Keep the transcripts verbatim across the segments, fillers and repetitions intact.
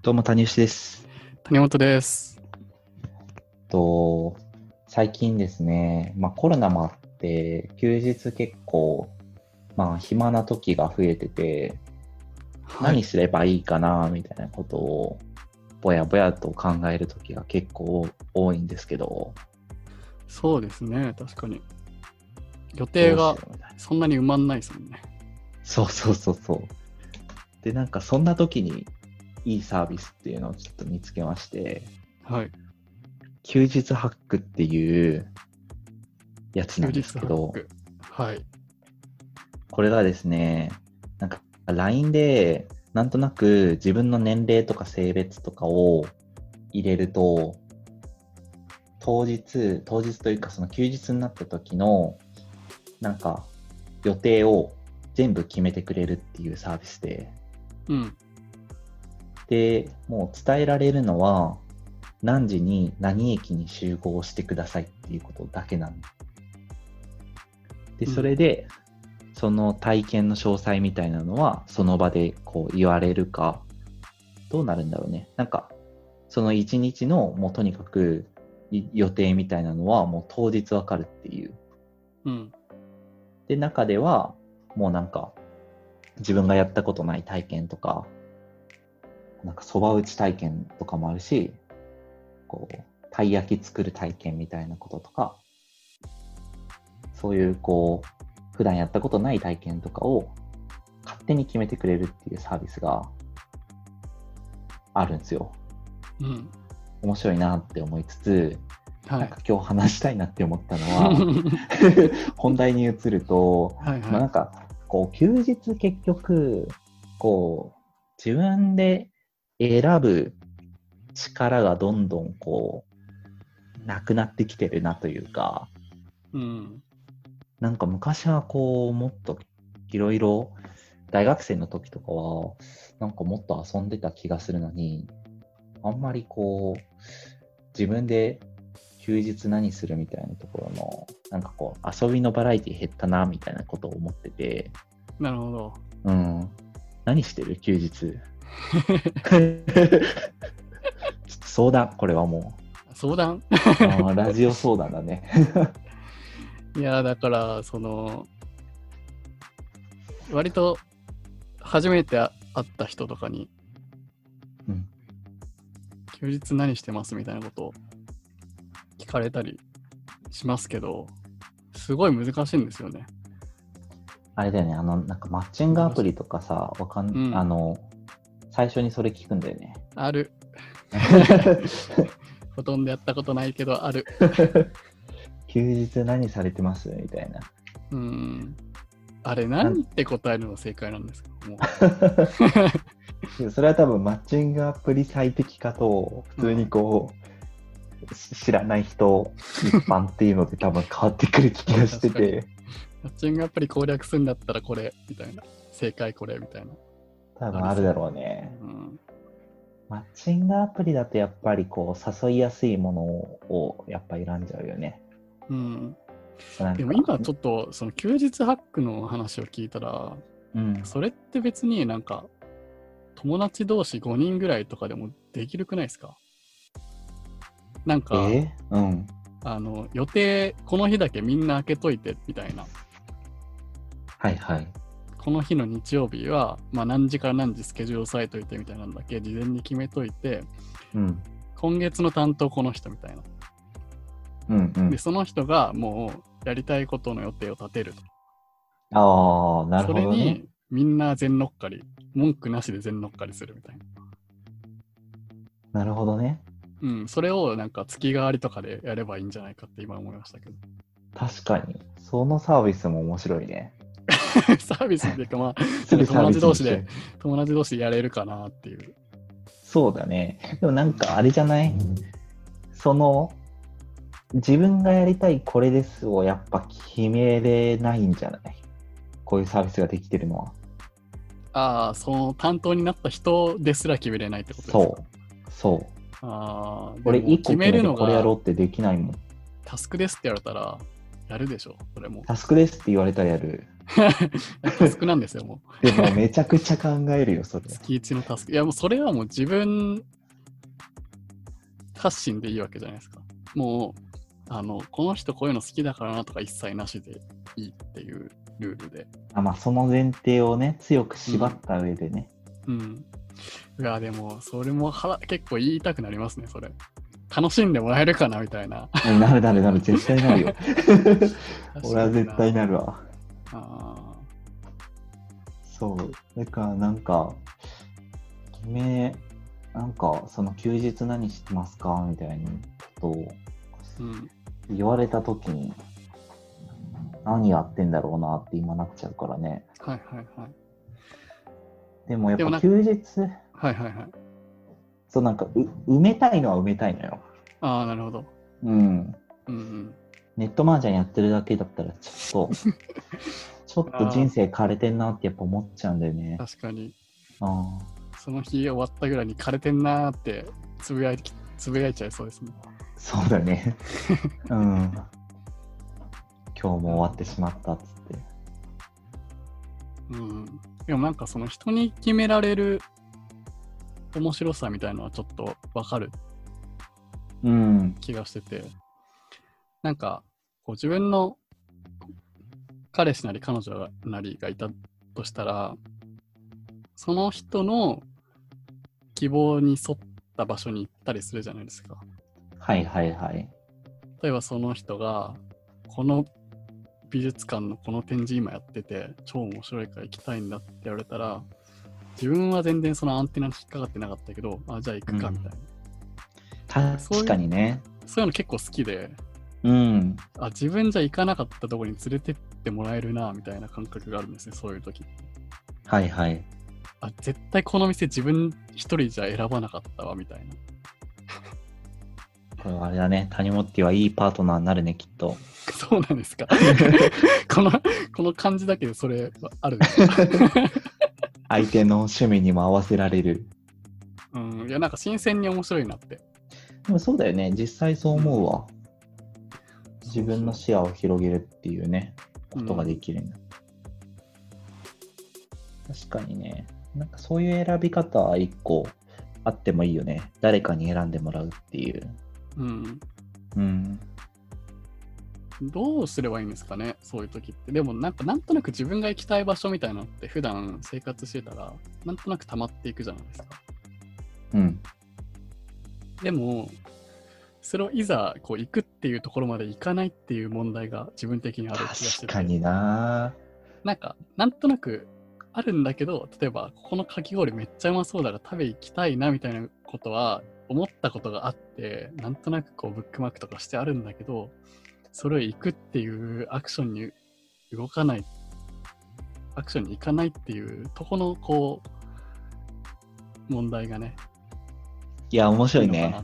どうも、谷吉です。 谷本です。 と、最近ですね、まあコロナもあって、休日結構、まあ暇な時が増えてて、 はい。 何すればいいかな、みたいなことを、ぼやぼやと考える時が結構多いんですけど、 そうですね。確かに。予定がどうしようみたいな。 そんなに埋まんないですもんね。 そうそうそうそう。で、なんかそんな時にいいサービスっていうのをちょっと見つけまして、 はい。 休日ハックっていうやつ休日なんですけど、 ハック。はい。 これがですね、なんか ライン でなんとなく自分の年齢とか性別とかを入れると、当日、当日というかその休日になった時のなんか予定を全部決めてくれるっていうサービスで、 うん。 で、もう伝えられるのは何時に何駅に集合してくださいっていうことだけなんで、 うん。 それでその体験の詳細みたいなのはその場でこう言われるか、どうなるんだろうね。なんか、その一日のもうとにかく予定みたいなのはもう当日わかるっていう。 うん。 で、中ではもうなんか自分がやったことない体験とか、なんか蕎麦打ち体験とかもあるし、こう、たい焼き作る体験みたいなこととか、そういうこう、普段やったことない体験とかを勝手に決めてくれるっていうサービスがあるんですよ。 うん。 面白いなって思いつつ、 はい。 なんか今日話したいなって思ったのは本題に移ると、 はいはい。 まあなんかこう休日結局こう自分で選ぶ力がどんどんこうなくなってきてるなというか、 うん。 なんか昔はこうもっといろいろ大学生の時とかはなんかもっと遊んでた気がするのに、あんまりこう自分で休日何するみたいなところの、なんかこう、遊びのバラエティ減ったな、みたいなことを思ってて、 なるほど。 うん。何してる休日。ちょっと相談、これはも相談。 う。あラジオ相談だね。 いや、だから、その、割と初めて会った人とかに、 うん。 休日何してますみたいなことを聞かれたりしますけど、すごい難しいんですよね。 あれだよね、あの、なんかマッチングア難しい。 プリとかさ、わかん、あうん。 の、最初にそれ聞くんだよね。 ある。ほとんどやったことないけど、ある。 休日何されてますみたいな。 うん。あれ、 なん何って答えるのが正解なんですか？もそれは多分マッチングアプリ最適化と、普う。う通にん。 こう、知らない人、一般っていうので多分変わってくる気がして確かに。 て、 マッチングアプリ攻略するんだったらこれ、みたいな。正解これ、みたいな。 多分あるだありそろうね。 う。うん。 マッチングアプリだとやっぱりこう、誘いやすいものをやっぱ選んじゃうよね。 うん。 なんか、 でも今ちょっと、その休日ハックの話を聞いたら、 うん。 それって別になんか、友達同士ごにんぐらいとかでもできるくないですか？なんか、 えー、うん。 あの、予定、この日だけみんな開けといて、みたいな。 はいはい。 この日の日曜日は、まあ、何時から何時スケジュール押さえといてみたいなんだけ事前に決めといて、 うん。 今月の担当この人みたいな。 うんうで、 ん。 その人がもうやりたいことの予定を立てると。 ああ、なるそほどね。 れにみんな全乗っかり、文句なしで全乗っかりするみたいな。 なるほどね。 うん、それをなんか月替わりとかでやればいいんじゃないかって今思いましたけど。 確かに。そのサービスも面白いね。 サービスっていうかまあ、なんか友すぐサービ達同士で、 スにしちゃう。 友達同士でやれるかなっていう。 そうだね。でもなうん、 んかあれじゃない、その、自分がやりたいこれですをやっぱ決めれないんじゃない、こういうサービスができてるのは。 ああ、その担当になった人ですら決めれないってことですか？ そう。そう。 ああ、で俺も一個決め決めるのがてこれやろうってできないもん。 タスクですって言われたら、やるでしょ、それも。 タスクですって言われたらやる。 タスクなんですよ、もでもめちゃくちゃ考えるよ、それう。。月一のタスク。いや、もうそれはもう自分発信でいいわけじゃないですか。もう、あの、この人こういうの好きだからなとか一切なしでいいっていうルールで。 あ、まあ、その前提をね、強く縛った上でね。 うん。いや、でも、それも腹結構言いたくなりますね、それ。楽しんでもらえるかなみたいな。 なるなるなる、絶対なるよ。俺は絶対なるわ。 あそう。だからなんか、決め、なんか、その休日何してますかみたいなことをうん、 言われたときに、何やってんだろうなって今なっちゃうからね。 はいはいはい。 でもやっぱでもなん休日、 はいはいはい。 そうなんかう埋めたいのは埋めたいのよ。 ああ、なるほど。 うん。 うんうん。 ネット麻雀やってるだけだったらちょっと、ちょっと人生枯れてんなってやっぱ思っちゃうんだよね。 確かに。 あその日終わったぐらいに枯れてんなーってつぶやいつぶやいちゃいそうですね。 そうだね。うん。今日も終わってしまったっつって。 うん。でもなんかその人に決められる面白さみたいなのはちょっとわかるうん。 気がしてて、なんかこう自分の彼氏なり彼女なりがいたとしたら、その人の希望に沿った場所に行ったりするじゃないですか。 はいはいはい。 例えばその人がこの美術館のこの展示今やってて超面白いから行きたいんだって言われたら、自分は全然そのアンテナに引っかかってなかったけど、あ、じゃあ行くかみたいな。 うん、確かにね。 そういうの結構好きで、 うん。 あ、自分じゃ行かなかったところに連れてってもらえるなみたいな感覚があるんですね、そういう時。 はいはい。 あ、絶対この店自分一人じゃ選ばなかったわみたいな。 これはあれだね。谷本はいいパートナーになるね、きっと。 そうなんですか。この、この感じだけでそれはあるんですか。 相手の趣味にも合わせられる。 うん、いや、なんか新鮮に面白いなって。 でもそうだよね。実際そう思うわ。うん、自分の視野を広げるっていうね、ことができるんだ。うん、確かにね。なんかそういう選び方は一個あってもいいよね。誰かに選んでもらうっていう。 うん。 うん。 どうすればいいんですかね、そういう時って。でもなんかなんとなく自分が行きたい場所みたいなのって普段生活してたらなんとなく溜まっていくじゃないですか。 うん。 でもそれをいざこう行くっていうところまで行かないっていう問題が自分的にある気がしてて。 確かにな。 なんかなんとなくあるんだけど、例えばここのかき氷めっちゃうまそうだから食べ行きたいなみたいなことは思ったことがあって、なんとなくこうブックマークとかしてあるんだけど、それを行くっていうアクションに動かない、アクションに行かないっていうとこのこう問題がね。 いや、面白いね。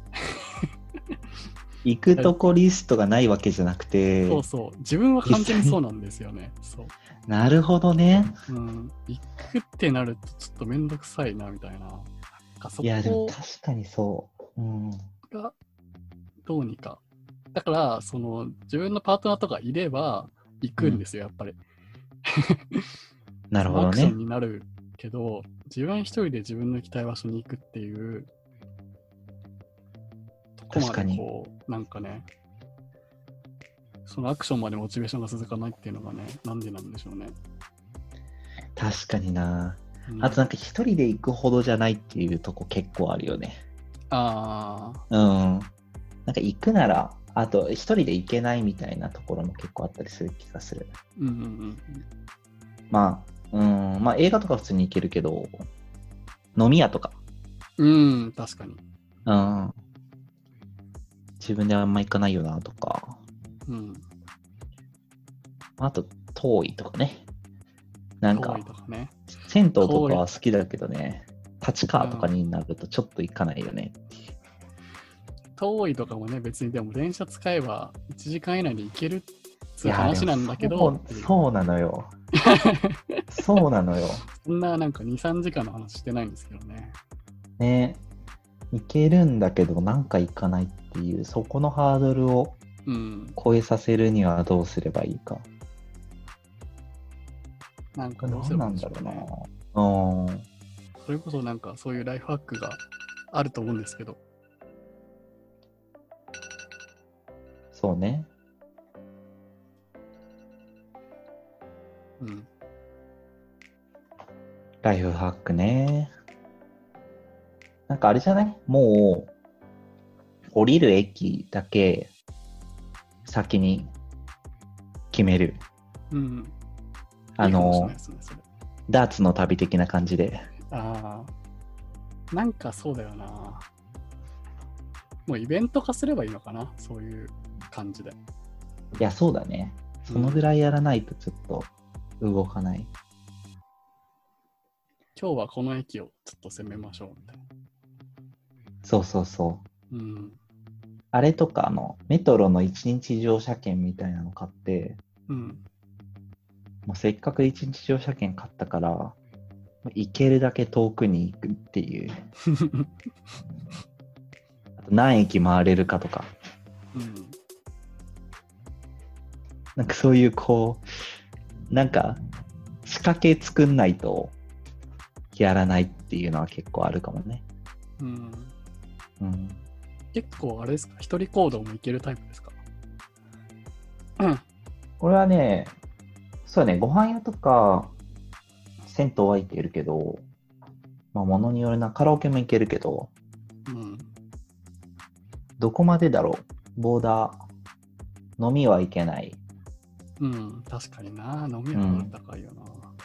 行くとこリストがないわけじゃなくて。 そうそう。自分は完全にそうなんですよね。そう。 なるほどね。 うん。行くってなるとちょっとめんどくさいなみたいな。なんかそこいや、でも確かにそう。うん。 がどうにか。だから、その自分のパートナーとかいれば行くんですよ、うん、やっぱり。 なるほどね。 アクションになるけど、自分一人で自分の行きたい場所に行くっていうとこまでこう、なんかね、そのアクションまでモチベーションが続かないっていうのがね、なんでなんでしょうね。 確かにな。 うん、 あとなんか一人で行くほどじゃないっていうとこ結構あるよね。 ああ。うん。なんか行くなら、あと一人で行けないみたいなところも結構あったりする気がする。 うんうんうん。 まあ、うん、まあ映画とか普通に行けるけど、飲み屋とか。 うん、確かに。 うん。自分であんま行かないよなとか。 うん。 あと、遠いとかね。なんか、 遠いとかね、 銭湯とかは好きだけどね、立川とかになるとちょっと行かないよね。 遠いとかもね、別にでも電車使えばいちじかん以内で行けるっていう話なんだけど。 そう、そうなのよ。そうなのよ。 そんななんかに、さんじかんの話してないんですけどね。 ね、行けるんだけどなんか行かないっていう、そこのハードルを超えさせるにはどうすればいいか。 なんかどうす何ればいいんなんだろでしょうね。 うな。うん。 それこそなんかそういうライフハックがあると思うんですけど。 そうね。 うん。 ライフハックね。なんかあれじゃない？もう、降りる駅だけ先に決める。 うん。いあいかもしれないの、 ですね、それ。 ダーツの旅的な感じで。 ああ。なんかそうだよな。もうイベント化すればいいのかな、そういう感じで。 いや、そうだね。そのぐらいやらないとちょっと動かない。 今日はこの駅をちょっと攻めましょうみたいな。 そうそうそう。 うん。 あれとか、あの、メトロの一日乗車券みたいなの買って、 うん。 もうせっかく一日乗車券買ったから、行けるだけ遠くに行くっていう。あと何駅回れるかとか。 うん。 なんかそういうこう、なんか仕掛け作んないとやらないっていうのは結構あるかもね。 うん。 うん。 結構あれですか、一人行動もいけるタイプですか？うん。 これはね、そうだね、ご飯屋とか、銭湯は行けるけど、まあ物によるな、カラオケも行けるけど、 うん。 どこまでだろう。ボーダー、飲みはいけない。 うん。確かにな。飲みはハードル高いよな。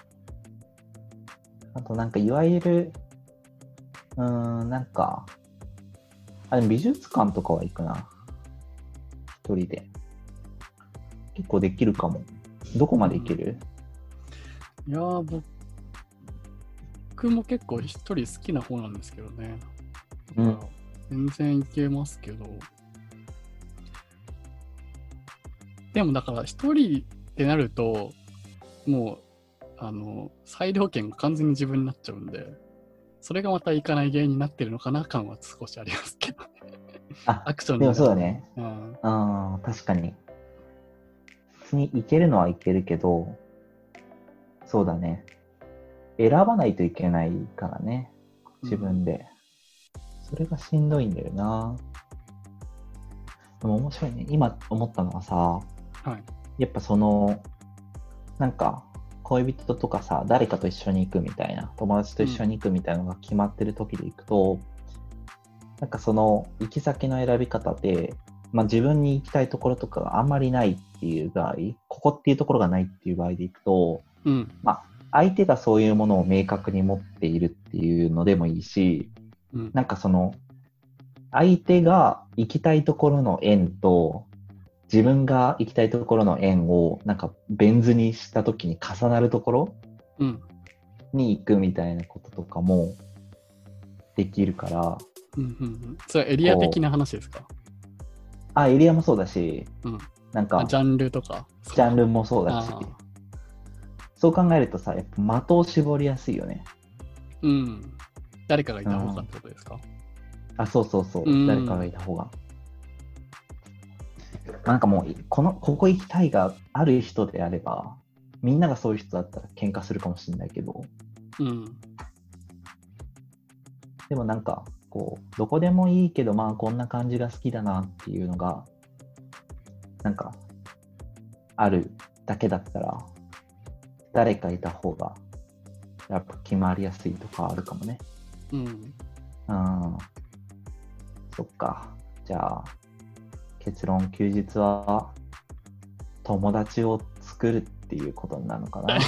あとなんかいわゆる、うーん、なんか、あ、でも美術館とかは行くな。一人で。結構できるかも。どこまで行ける？ いやー、僕も結構一人好きな方なんですけどね。だから全然いけますけど。でもだから一人ってなると、もう、あの、裁量権が完全に自分になっちゃうんで、それがまたいかない原因になってるのかな感は少しありますけどね。 あ、 アクションでもになると。 そうだね。 うん。 ああ、確かに。普通に行けるのは行けるけど、そうだね。選ばないといけないからね。自分で。それがしんどいんだよな。でも面白いね。今思ったのはさ、 はい。 やっぱその、なんか、恋人とかさ、誰かと一緒に行くみたいな、友達と一緒に行くみたいなのが決まってる時で行くと、なんかその行き先の選び方で、まあ、自分に行きたいところとかがあんまりないっていう場合、ここっていうところがないっていう場合で行くと、 うん。 まあ、相手がそういうものを明確に持っているっていうのでもいいし、 うん。 なんかその、相手が行きたいところの円と、自分が行きたいところの円を、なんか、ベン図にしたときに重なるところうん。 に行くみたいなこととかもできるから、 うん。うん。それはエリア的な話ですか？ あ、エリアもそうだし、 うん。 なんか、 ジャンルとか。 ジャンルもそうだし、 あそう考えるとさ、やっぱ的を絞りやすいよね。 うん。誰かがいた方がってことですか？ あ、そうそうそう、 うん誰かがいた方が。なんかもう、この、ここ行きたいがある人であれば、みんながそういう人だったら喧嘩するかもしれないけど、 うん。 でもなんか、こう、どこでもいいけど、まあこんな感じが好きだなっていうのが、なんか、あるだけだったら、誰かいた方が、やっぱ決まりやすいとかあるかもね。 うん。 うん。そっか。じゃあ、結論、休日は、友達を作るっていうことになるのかな。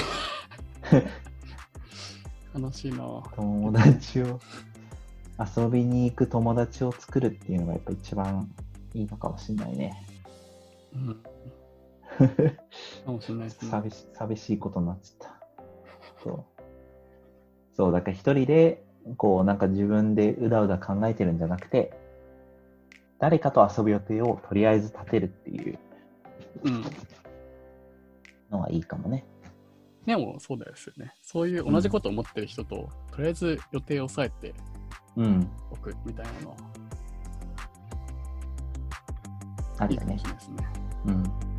悲しいな。 友達を、遊びに行く友達を作るっていうのがやっぱ一番いいのかもしれないね。 うん。かもしれないですね。 寂し寂しいことになっちゃった。そう。そう、だから一人で、こう、なんか自分でうだうだ考えてるんじゃなくて、誰かと遊ぶ予定をとりあえず立てるっていううん。 のがいいかもね。 でもそうですよね。そういう同じことを思ってる人と、うん、とりあえず予定を抑えておくみたいなのは、 あるいいかもよね。 しれないですね。 うん。